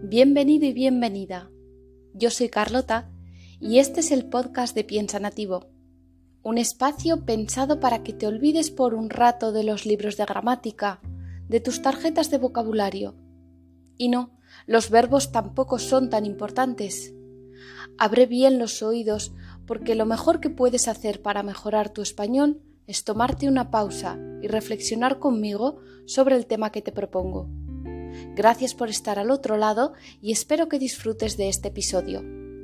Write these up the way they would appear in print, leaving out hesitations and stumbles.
Bienvenido y bienvenida. Yo soy Carlota y este es el podcast de Piensa Nativo, un espacio pensado para que te olvides por un rato de los libros de gramática, de tus tarjetas de vocabulario. Y no, los verbos tampoco son tan importantes. Abre bien los oídos porque lo mejor que puedes hacer para mejorar tu español es tomarte una pausa y reflexionar conmigo sobre el tema que te propongo. Gracias por estar al otro lado y espero que disfrutes de este episodio.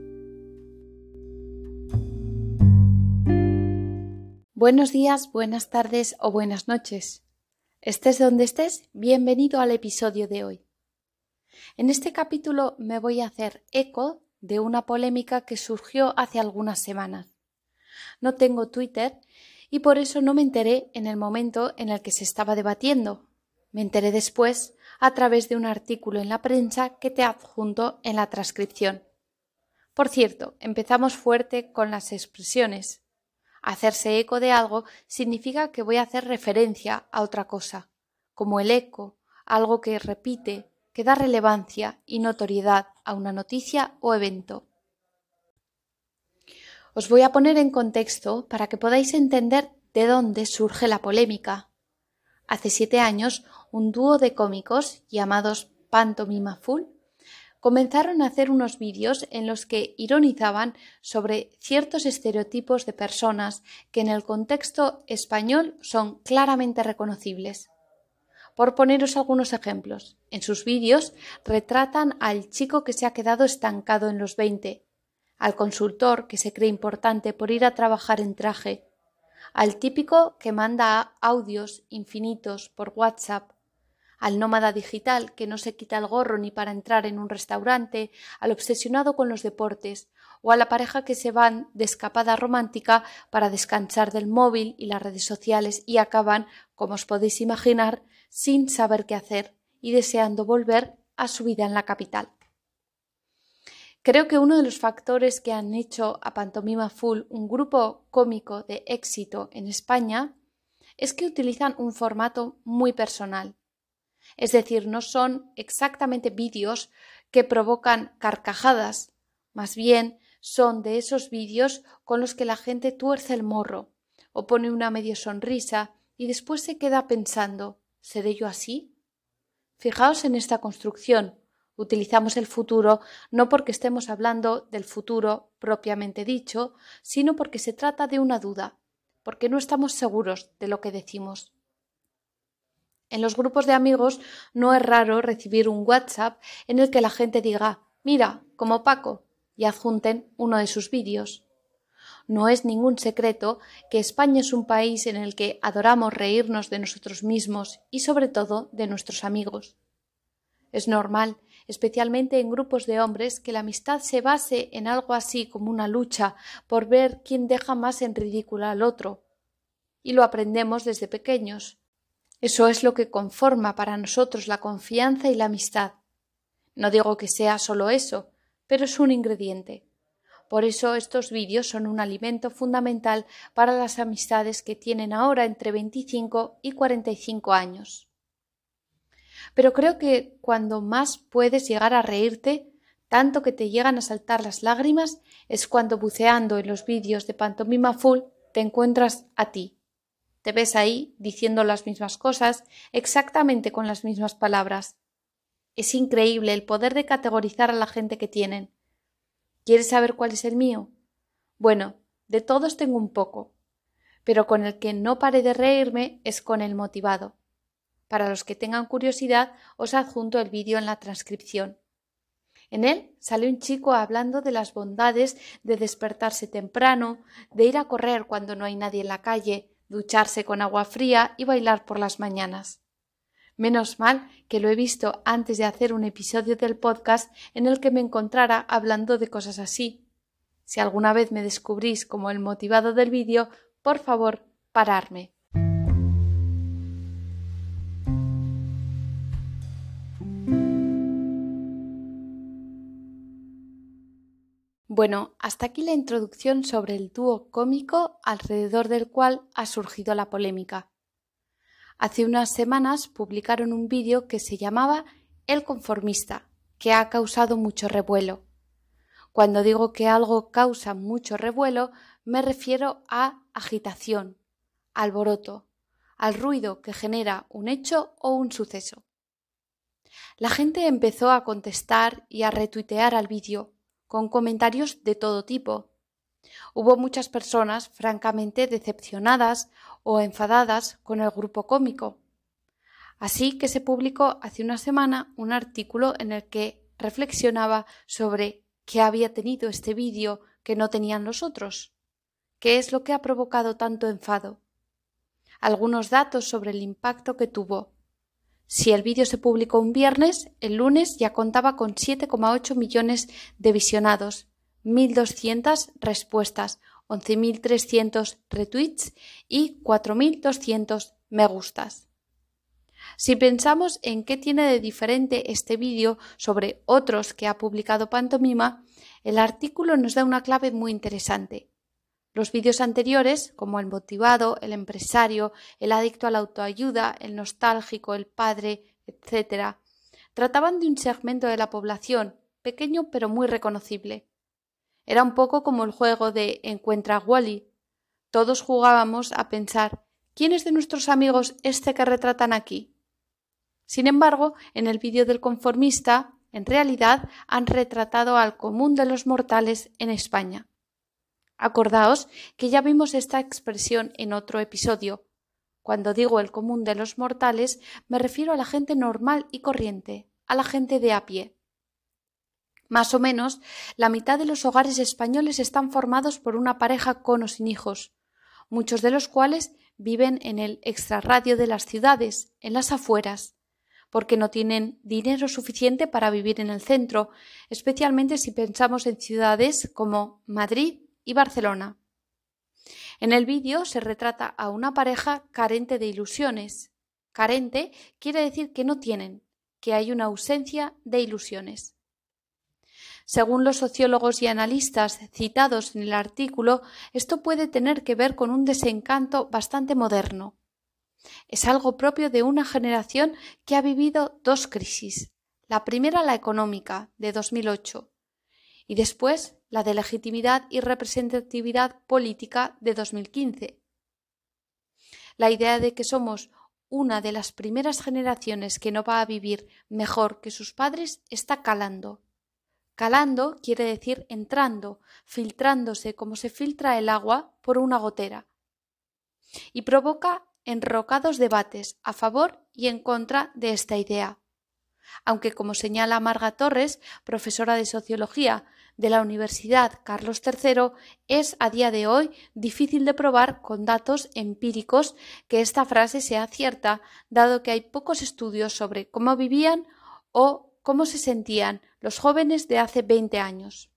Buenos días, buenas tardes o buenas noches. Estés donde estés, bienvenido al episodio de hoy. En este capítulo me voy a hacer eco de una polémica que surgió hace algunas semanas. No tengo Twitter y por eso no me enteré en el momento en el que se estaba debatiendo. Me enteré después a través de un artículo en la prensa que te adjunto en la transcripción. Por cierto, empezamos fuerte con las expresiones. Hacerse eco de algo significa que voy a hacer referencia a otra cosa, como el eco, algo que repite, que da relevancia y notoriedad a una noticia o evento. Os voy a poner en contexto para que podáis entender de dónde surge la polémica. Hace 7 años, un dúo de cómicos llamados Pantomima Full comenzaron a hacer unos vídeos en los que ironizaban sobre ciertos estereotipos de personas que en el contexto español son claramente reconocibles. Por poneros algunos ejemplos, en sus vídeos retratan al chico que se ha quedado estancado en los 20, al consultor que se cree importante por ir a trabajar en traje, al típico que manda audios infinitos por WhatsApp, al nómada digital que no se quita el gorro ni para entrar en un restaurante, al obsesionado con los deportes o a la pareja que se van de escapada romántica para descansar del móvil y las redes sociales y acaban, como os podéis imaginar, sin saber qué hacer y deseando volver a su vida en la capital. Creo que uno de los factores que han hecho a Pantomima Full un grupo cómico de éxito en España es que utilizan un formato muy personal. Es decir, no son exactamente vídeos que provocan carcajadas, más bien son de esos vídeos con los que la gente tuerce el morro o pone una medio sonrisa y después se queda pensando, ¿seré yo así? Fijaos en esta construcción. Utilizamos el futuro no porque estemos hablando del futuro propiamente dicho, sino porque se trata de una duda, porque no estamos seguros de lo que decimos. En los grupos de amigos no es raro recibir un WhatsApp en el que la gente diga «Mira, como Paco» y adjunten uno de sus vídeos. No es ningún secreto que España es un país en el que adoramos reírnos de nosotros mismos y sobre todo de nuestros amigos. Es normal, especialmente en grupos de hombres, que la amistad se base en algo así como una lucha por ver quién deja más en ridículo al otro. Y lo aprendemos desde pequeños. Eso es lo que conforma para nosotros la confianza y la amistad. No digo que sea solo eso, pero es un ingrediente. Por eso estos vídeos son un alimento fundamental para las amistades que tienen ahora entre 25 y 45 años. Pero creo que cuando más puedes llegar a reírte, tanto que te llegan a saltar las lágrimas, es cuando buceando en los vídeos de Pantomima Full te encuentras a ti. Te ves ahí diciendo las mismas cosas, exactamente con las mismas palabras. Es increíble el poder de categorizar a la gente que tienen. ¿Quieres saber cuál es el mío? Bueno, de todos tengo un poco, pero con el que no paré de reírme es con el motivado. Para los que tengan curiosidad, os adjunto el vídeo en la transcripción. En él sale un chico hablando de las bondades de despertarse temprano, de ir a correr cuando no hay nadie en la calle, ducharse con agua fría y bailar por las mañanas. Menos mal que lo he visto antes de hacer un episodio del podcast en el que me encontrara hablando de cosas así. Si alguna vez me descubrís como el motivado del vídeo, por favor, pararme. Bueno, hasta aquí la introducción sobre el dúo cómico alrededor del cual ha surgido la polémica. Hace unas semanas publicaron un vídeo que se llamaba El Conformista que ha causado mucho revuelo. Cuando digo que algo causa mucho revuelo, me refiero a agitación, alboroto, al ruido que genera un hecho o un suceso. La gente empezó a contestar y a retuitear al vídeo, con comentarios de todo tipo. Hubo muchas personas francamente decepcionadas o enfadadas con el grupo cómico. Así que se publicó hace una semana un artículo en el que reflexionaba sobre qué había tenido este vídeo que no tenían los otros. ¿Qué es lo que ha provocado tanto enfado? Algunos datos sobre el impacto que tuvo. Si el vídeo se publicó un viernes, el lunes ya contaba con 7,8 millones de visionados, 1.200 respuestas, 11.300 retweets y 4.200 me gustas. Si pensamos en qué tiene de diferente este vídeo sobre otros que ha publicado Pantomima, el artículo nos da una clave muy interesante. Los vídeos anteriores, como el motivado, el empresario, el adicto a la autoayuda, el nostálgico, el padre, etc., trataban de un segmento de la población, pequeño pero muy reconocible. Era un poco como el juego de Encuentra a Wally. Todos jugábamos a pensar, ¿quién es de nuestros amigos este que retratan aquí? Sin embargo, en el vídeo del conformista, en realidad han retratado al común de los mortales en España. Acordaos que ya vimos esta expresión en otro episodio. Cuando digo el común de los mortales, me refiero a la gente normal y corriente, a la gente de a pie. Más o menos, la mitad de los hogares españoles están formados por una pareja con o sin hijos, muchos de los cuales viven en el extrarradio de las ciudades, en las afueras, porque no tienen dinero suficiente para vivir en el centro, especialmente si pensamos en ciudades como Madrid y Barcelona. En el vídeo se retrata a una pareja carente de ilusiones. Carente quiere decir que no tienen, que hay una ausencia de ilusiones. Según los sociólogos y analistas citados en el artículo, esto puede tener que ver con un desencanto bastante moderno. Es algo propio de una generación que ha vivido dos crisis. La primera, la económica, de 2008, y después la de legitimidad y representatividad política de 2015. La idea de que somos una de las primeras generaciones que no va a vivir mejor que sus padres está calando. Calando quiere decir entrando, filtrándose como se filtra el agua por una gotera. Y provoca enrocados debates a favor y en contra de esta idea. Aunque, como señala Marga Torres, profesora de Sociología de la Universidad Carlos III, es a día de hoy difícil de probar con datos empíricos que esta frase sea cierta, dado que hay pocos estudios sobre cómo vivían o cómo se sentían los jóvenes de hace 20 años.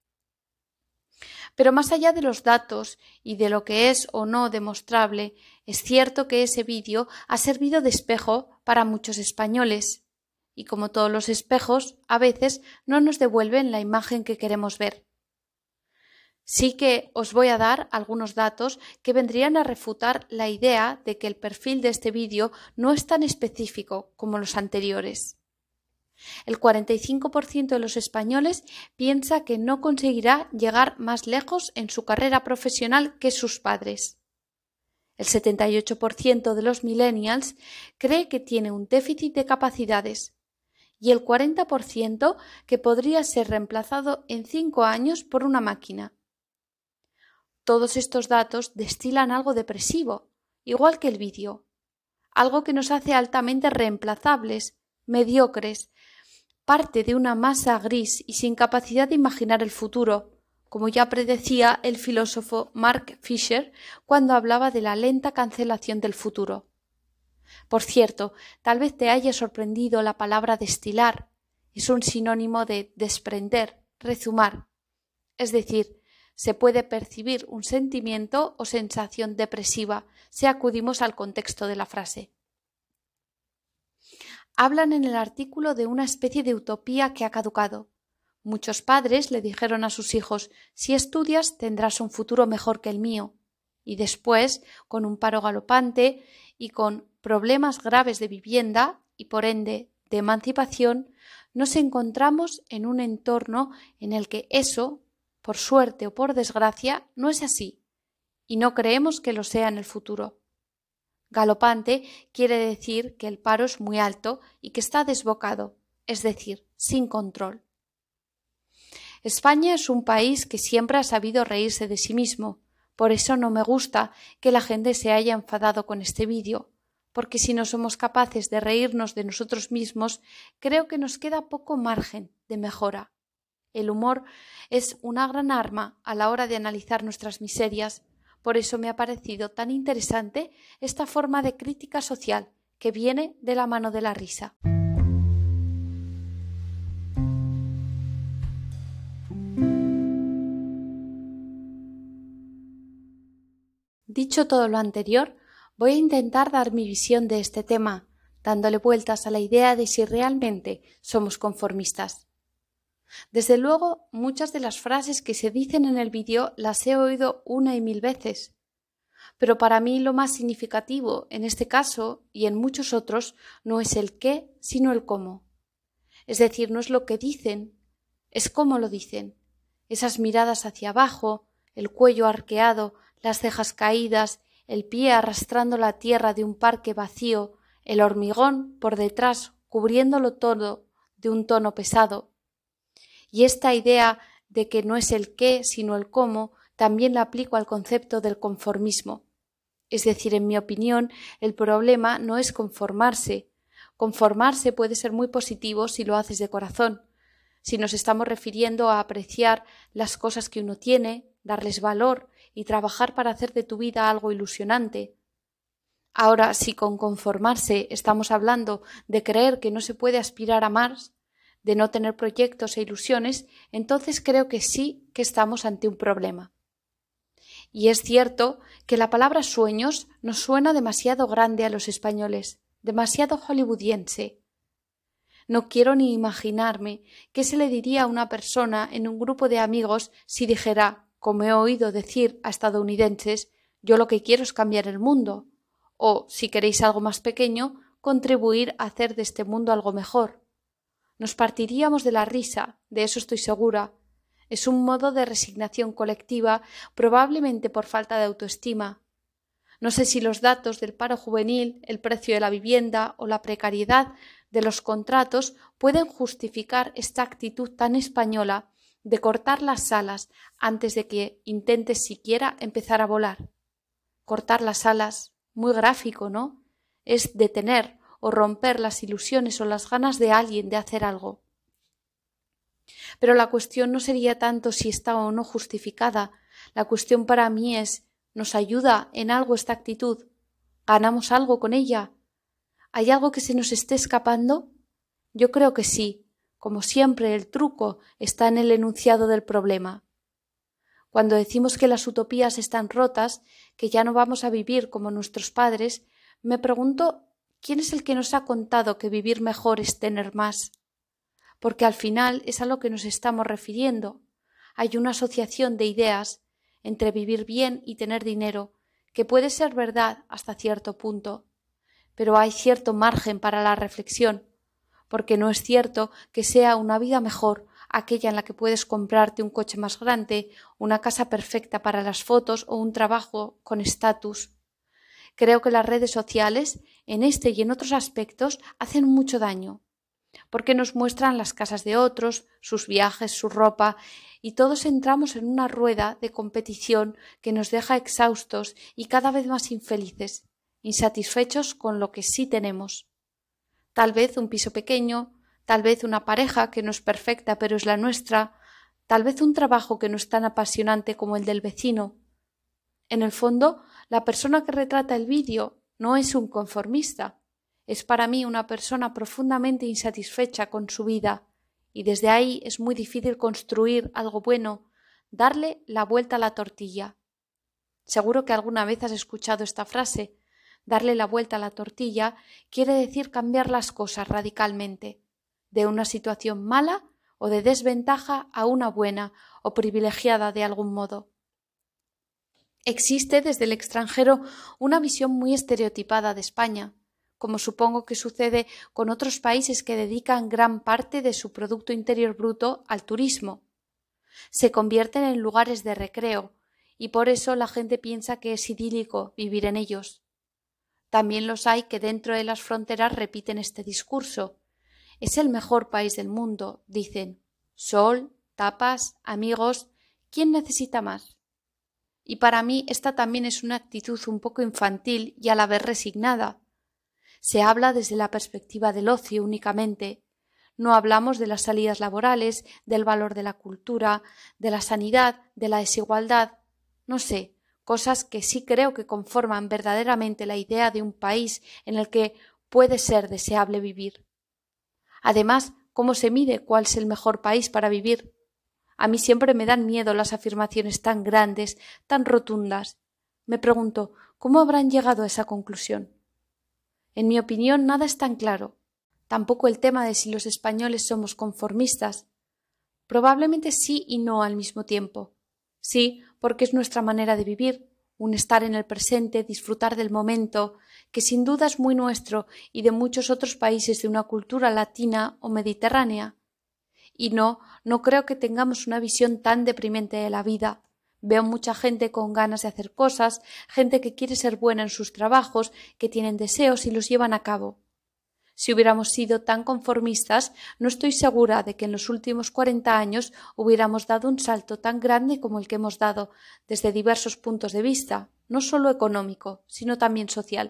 Pero más allá de los datos y de lo que es o no demostrable, es cierto que ese vídeo ha servido de espejo para muchos españoles. Y como todos los espejos, a veces no nos devuelven la imagen que queremos ver. Sí que os voy a dar algunos datos que vendrían a refutar la idea de que el perfil de este vídeo no es tan específico como los anteriores. El 45% de los españoles piensa que no conseguirá llegar más lejos en su carrera profesional que sus padres. El 78% de los millennials cree que tiene un déficit de capacidades y el 40% que podría ser reemplazado en 5 años por una máquina. Todos estos datos destilan algo depresivo, igual que el vídeo, algo que nos hace altamente reemplazables, mediocres, parte de una masa gris y sin capacidad de imaginar el futuro, como ya predecía el filósofo Mark Fisher cuando hablaba de la lenta cancelación del futuro. Por cierto, tal vez te haya sorprendido la palabra destilar. Es un sinónimo de desprender, rezumar. Es decir, se puede percibir un sentimiento o sensación depresiva si acudimos al contexto de la frase. Hablan en el artículo de una especie de utopía que ha caducado. Muchos padres le dijeron a sus hijos: si estudias tendrás un futuro mejor que el mío. Y después, con un paro galopante y con problemas graves de vivienda y por ende de emancipación, nos encontramos en un entorno en el que eso, por suerte o por desgracia, no es así, y no creemos que lo sea en el futuro. Galopante quiere decir que el paro es muy alto y que está desbocado, es decir, sin control. España es un país que siempre ha sabido reírse de sí mismo, por eso no me gusta que la gente se haya enfadado con este vídeo, porque si no somos capaces de reírnos de nosotros mismos, creo que nos queda poco margen de mejora. El humor es una gran arma a la hora de analizar nuestras miserias. Por eso me ha parecido tan interesante esta forma de crítica social que viene de la mano de la risa. Dicho todo lo anterior, voy a intentar dar mi visión de este tema, dándole vueltas a la idea de si realmente somos conformistas. Desde luego, muchas de las frases que se dicen en el vídeo las he oído 1 y 1000 veces, pero para mí lo más significativo en este caso y en muchos otros no es el qué, sino el cómo. Es decir, no es lo que dicen, es cómo lo dicen. Esas miradas hacia abajo, el cuello arqueado, las cejas caídas, el pie arrastrando la tierra de un parque vacío, el hormigón por detrás cubriéndolo todo de un tono pesado. Y esta idea de que no es el qué, sino el cómo, también la aplico al concepto del conformismo. Es decir, en mi opinión, el problema no es conformarse. Conformarse puede ser muy positivo si lo haces de corazón. Si nos estamos refiriendo a apreciar las cosas que uno tiene, darles valor y trabajar para hacer de tu vida algo ilusionante. Ahora, si con conformarse estamos hablando de creer que no se puede aspirar a más, de no tener proyectos e ilusiones, entonces creo que sí que estamos ante un problema. Y es cierto que la palabra sueños nos suena demasiado grande a los españoles, demasiado hollywoodiense. No quiero ni imaginarme qué se le diría a una persona en un grupo de amigos si dijera, como he oído decir a estadounidenses, yo lo que quiero es cambiar el mundo, o, si queréis algo más pequeño, contribuir a hacer de este mundo algo mejor. Nos partiríamos de la risa, de eso estoy segura. Es un modo de resignación colectiva, probablemente por falta de autoestima. No sé si los datos del paro juvenil, el precio de la vivienda o la precariedad de los contratos pueden justificar esta actitud tan española de cortar las alas antes de que intentes siquiera empezar a volar. Cortar las alas, muy gráfico, ¿no? Es detener o romper las ilusiones o las ganas de alguien de hacer algo. Pero la cuestión no sería tanto si está o no justificada. La cuestión para mí es, ¿nos ayuda en algo esta actitud? ¿Ganamos algo con ella? ¿Hay algo que se nos esté escapando? Yo creo que sí. Como siempre, el truco está en el enunciado del problema. Cuando decimos que las utopías están rotas, que ya no vamos a vivir como nuestros padres, me pregunto ¿quién es el que nos ha contado que vivir mejor es tener más? Porque al final es a lo que nos estamos refiriendo. Hay una asociación de ideas entre vivir bien y tener dinero, que puede ser verdad hasta cierto punto, pero hay cierto margen para la reflexión, porque no es cierto que sea una vida mejor aquella en la que puedes comprarte un coche más grande, una casa perfecta para las fotos o un trabajo con estatus. Creo que las redes sociales, en este y en otros aspectos, hacen mucho daño, porque nos muestran las casas de otros, sus viajes, su ropa, y todos entramos en una rueda de competición que nos deja exhaustos y cada vez más infelices, insatisfechos con lo que sí tenemos. Tal vez un piso pequeño, tal vez una pareja que no es perfecta pero es la nuestra, tal vez un trabajo que no es tan apasionante como el del vecino. En el fondo, la persona que retrata el vídeo no es un conformista, es para mí una persona profundamente insatisfecha con su vida, y desde ahí es muy difícil construir algo bueno, darle la vuelta a la tortilla. Seguro que alguna vez has escuchado esta frase. Darle la vuelta a la tortilla quiere decir cambiar las cosas radicalmente, de una situación mala o de desventaja a una buena o privilegiada de algún modo. Existe desde el extranjero una visión muy estereotipada de España, como supongo que sucede con otros países que dedican gran parte de su Producto Interior Bruto al turismo. Se convierten en lugares de recreo y por eso la gente piensa que es idílico vivir en ellos. También los hay que dentro de las fronteras repiten este discurso. Es el mejor país del mundo, dicen. Sol, tapas, amigos, ¿quién necesita más? Y para mí esta también es una actitud un poco infantil y a la vez resignada. Se habla desde la perspectiva del ocio únicamente. No hablamos de las salidas laborales, del valor de la cultura, de la sanidad, de la desigualdad. No sé, cosas que sí creo que conforman verdaderamente la idea de un país en el que puede ser deseable vivir. Además, ¿cómo se mide cuál es el mejor país para vivir? A mí siempre me dan miedo las afirmaciones tan grandes, tan rotundas. Me pregunto, ¿cómo habrán llegado a esa conclusión? En mi opinión, nada es tan claro. Tampoco el tema de si los españoles somos conformistas. Probablemente sí y no al mismo tiempo. Sí, porque es nuestra manera de vivir, un estar en el presente, disfrutar del momento, que sin duda es muy nuestro y de muchos otros países de una cultura latina o mediterránea. Y no creo que tengamos una visión tan deprimente de la vida. Veo mucha gente con ganas de hacer cosas, gente que quiere ser buena en sus trabajos, que tienen deseos y los llevan a cabo. Si hubiéramos sido tan conformistas, no estoy segura de que en los últimos 40 años hubiéramos dado un salto tan grande como el que hemos dado desde diversos puntos de vista, no solo económico, sino también social.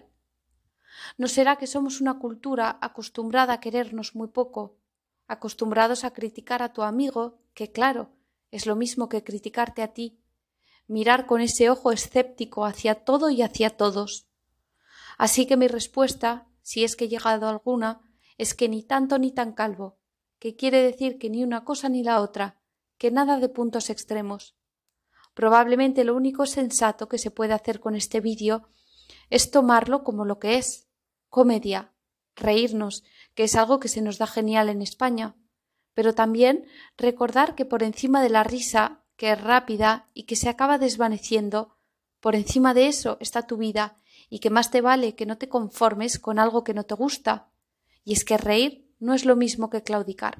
¿No será que somos una cultura acostumbrada a querernos muy poco, acostumbrados a criticar a tu amigo, que claro, es lo mismo que criticarte a ti, mirar con ese ojo escéptico hacia todo y hacia todos? Así que mi respuesta, si es que he llegado a alguna, es que ni tanto ni tan calvo, que quiere decir que ni una cosa ni la otra, que nada de puntos extremos. Probablemente lo único sensato que se puede hacer con este vídeo es tomarlo como lo que es, comedia, reírnos, que es algo que se nos da genial en España, pero también recordar que por encima de la risa, que es rápida y que se acaba desvaneciendo, por encima de eso está tu vida y que más te vale que no te conformes con algo que no te gusta. Y es que reír no es lo mismo que claudicar.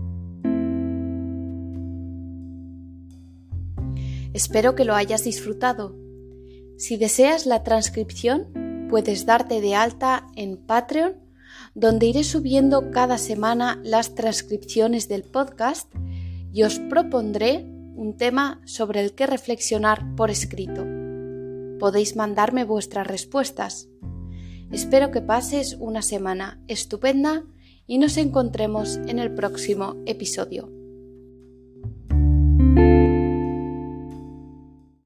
Espero que lo hayas disfrutado. Si deseas la transcripción, puedes darte de alta en Patreon, donde iré subiendo cada semana las transcripciones del podcast y os propondré un tema sobre el que reflexionar por escrito. Podéis mandarme vuestras respuestas. Espero que pases una semana estupenda y nos encontremos en el próximo episodio.